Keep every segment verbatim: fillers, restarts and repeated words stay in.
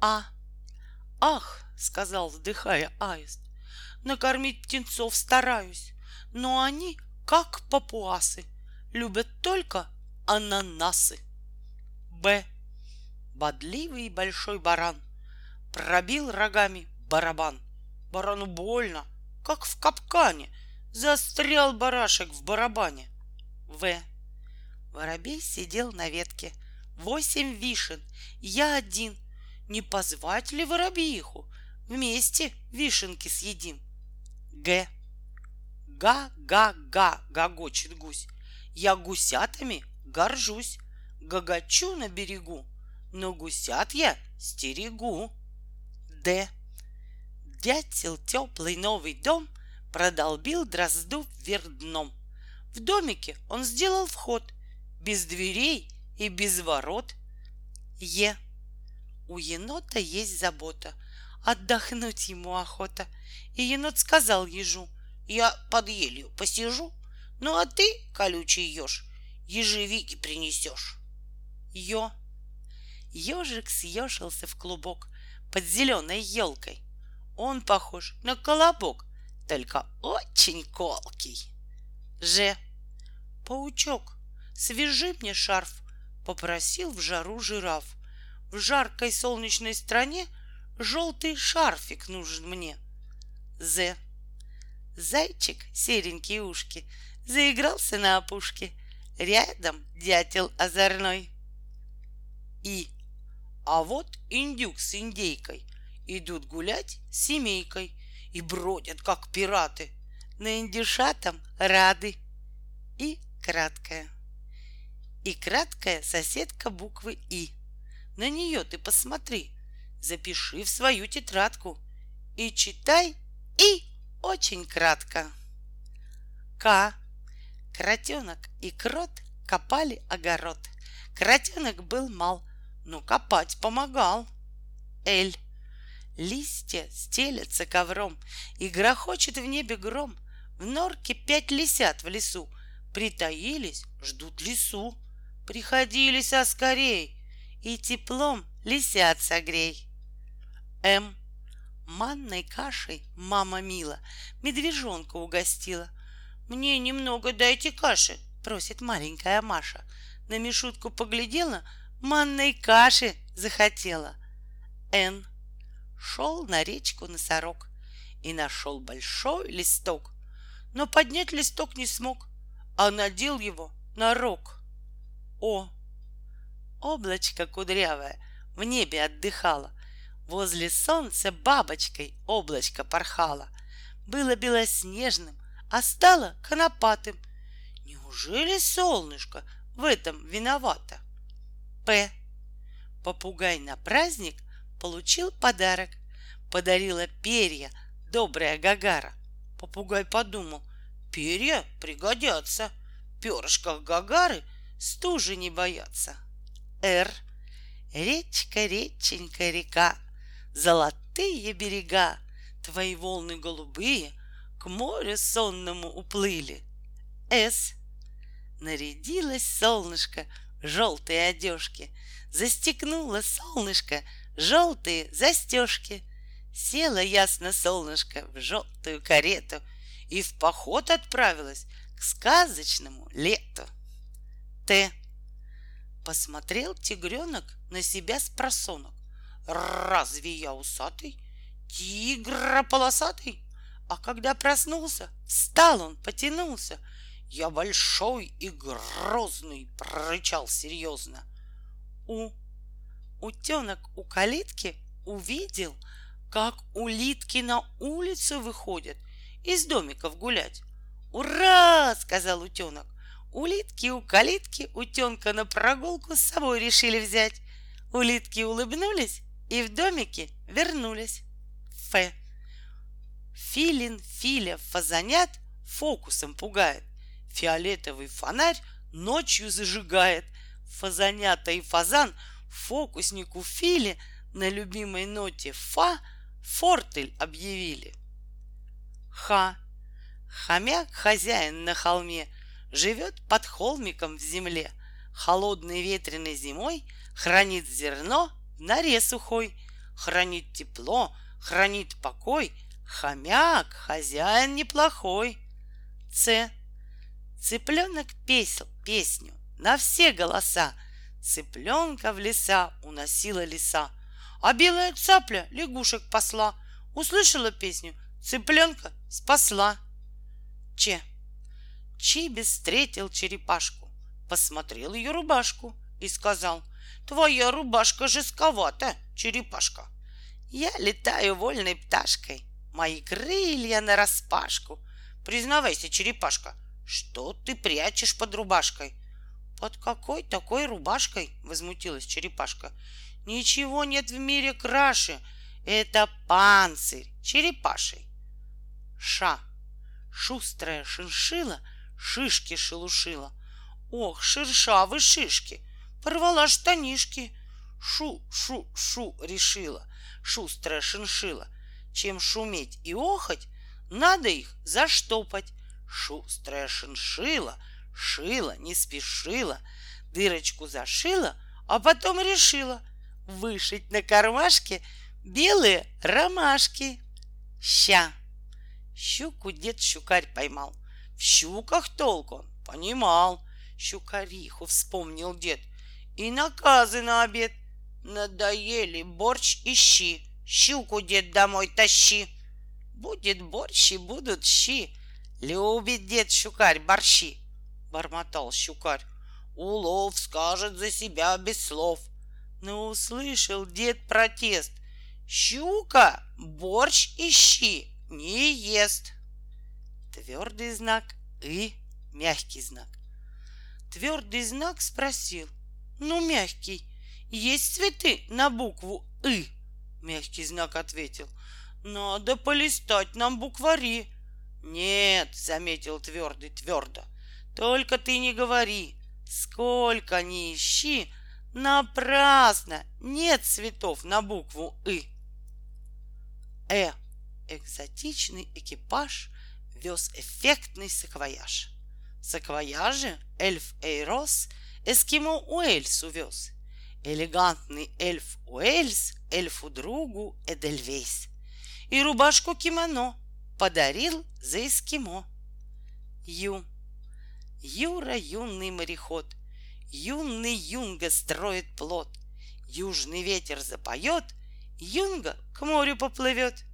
А. Ах, сказал, вздыхая аист, накормить птенцов стараюсь, но они, как папуасы, любят только ананасы. Б. Бодливый большой баран пробил рогами барабан. Барану больно, как в капкане, застрял барашек в барабане. В. Воробей сидел на ветке, восемь вишен, я один. Не позвать ли воробьиху? Вместе вишенки съедим. Г. Га-га-га, гогочет гусь. Я гусятами горжусь, гогочу на берегу, но гусят я стерегу. Д. Дятел теплый новый дом продолбил дрозду вверх дном. В домике он сделал вход, без дверей и без ворот. Е. У енота есть забота, отдохнуть ему охота. И енот сказал ежу: я под елью посижу, ну а ты, колючий еж, ежевики принесешь. Ё. Ежик съежился в клубок под зеленой елкой. Он похож на колобок, только очень колкий. Ж. Паучок, свяжи мне шарф, попросил в жару жираф. В жаркой солнечной стране желтый шарфик нужен мне. З. Зайчик, серенькие ушки, заигрался на опушке, рядом дятел озорной. И. А вот индюк с индейкой идут гулять с семейкой и бродят, как пираты, на индюшатам рады. И краткая. И краткая соседка буквы И. На нее ты посмотри, запиши в свою тетрадку и читай И очень кратко. К. Кротенок и крот копали огород. Кротенок был мал, но копать помогал. Л. Листья стелятся ковром, и грохочет в небе гром. В норке пять лисят в лесу, притаились, ждут лису. Приходи, лиса, скорей, и теплом лисят согрей. М. Манной кашей мама мила медвежонка угостила. Мне немного дайте каши, просит маленькая Маша. На Мишутку поглядела, манной каши захотела. Н. Шел на речку носорог и нашел большой листок, но поднять листок не смог, а надел его на рог. О. Облачко кудрявое в небе отдыхало, возле солнца бабочкой облачко порхало. Было белоснежным, а стало конопатым. Неужели солнышко в этом виновато? П. Попугай на праздник получил подарок. Подарила перья добрая Гагара. Попугай подумал: перья пригодятся. В перышках Гагары стужи не боятся. Р. Речка, реченька, река, золотые берега, твои волны голубые к морю сонному уплыли. С. Нарядилось солнышко в желтые одежки, застегнуло солнышко желтые застежки. Села ясно солнышко в желтую карету и в поход отправилась к сказочному лету. Т. Посмотрел тигренок на себя с просонок. Разве я усатый, тигр полосатый? А когда проснулся, встал он, потянулся. Я большой и грозный, прорычал серьезно. У. Утенок у калитки увидел, как улитки на улицу выходят из домиков гулять. «Ура!» — сказал утенок. Улитки у калитки утенка на прогулку с собой решили взять. Улитки улыбнулись и в домике вернулись. Ф. Филин Филя фазанят фокусом пугает. Фиолетовый фонарь ночью зажигает. Фазанята и фазан фокуснику Филе на любимой ноте фа фортель объявили. Х. Хомяк хозяин на холме живет под холмиком в земле. Холодной ветреной зимой хранит зерно в норе сухой. хранит тепло, хранит покой, хомяк, хозяин неплохой. Ц. Цыпленок песел песню на все голоса. Цыпленка в леса уносила леса, а белая цапля лягушек посла. Услышала песню, цыпленка спасла. Че. Чибис встретил черепашку, посмотрел ее рубашку и сказал: «Твоя рубашка жестковата, черепашка. Я летаю вольной пташкой, мои крылья нараспашку. Признавайся, черепашка, что ты прячешь под рубашкой?» «Под какой такой рубашкой?» — возмутилась черепашка. «Ничего нет в мире краше. Это панцирь черепаший». Ша. Шустрая шиншила шишки шелушила. Ох, шершавы шишки, порвала штанишки. Шу-шу-шу решила шустрая шиншила: чем шуметь и охоть, надо их заштопать. Шустрая шиншила шила, не спешила, дырочку зашила, а потом решила вышить на кармашке белые ромашки. Ща. Щуку дед щукарь поймал. В щуках толк он понимал. Щукариху вспомнил дед и наказы на обед. Надоели борщ и щи, щуку, дед, домой тащи. Будет борщ и будут щи, любит дед щукарь борщи. Бормотал щукарь: улов скажет за себя без слов. Но услышал дед протест: щука борщ и щи не ест. Твердый знак и мягкий знак. Твердый знак спросил: ну, мягкий, есть цветы на букву «ы»? Мягкий знак ответил: надо полистать нам буквари. Нет, заметил твердый твердо, только ты не говори, сколько ни ищи, напрасно, нет цветов на букву «ы». Э. Экзотичный экипаж вез эффектный саквояж. В саквояже эльф Эйрос эскимо Уэльс увез. Элегантный эльф Уэльс эльфу другу Эдельвейс и рубашку кимоно подарил за эскимо. Ю. Юра юный мореход, юный юнга строит плот. Южный ветер запоет, юнга к морю поплывет.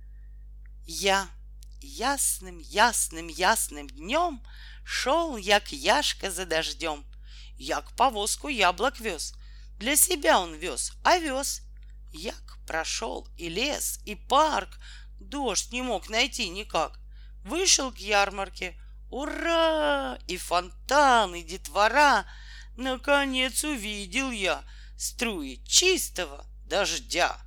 Я. Ясным, ясным, ясным днем шел я к Яшка за дождем. Як повозку яблок вез, для себя он вез овес. Як прошел и лес, и парк, дождь не мог найти никак. Вышел к ярмарке, ура! И фонтан, и детвора. Наконец увидел я струи чистого дождя.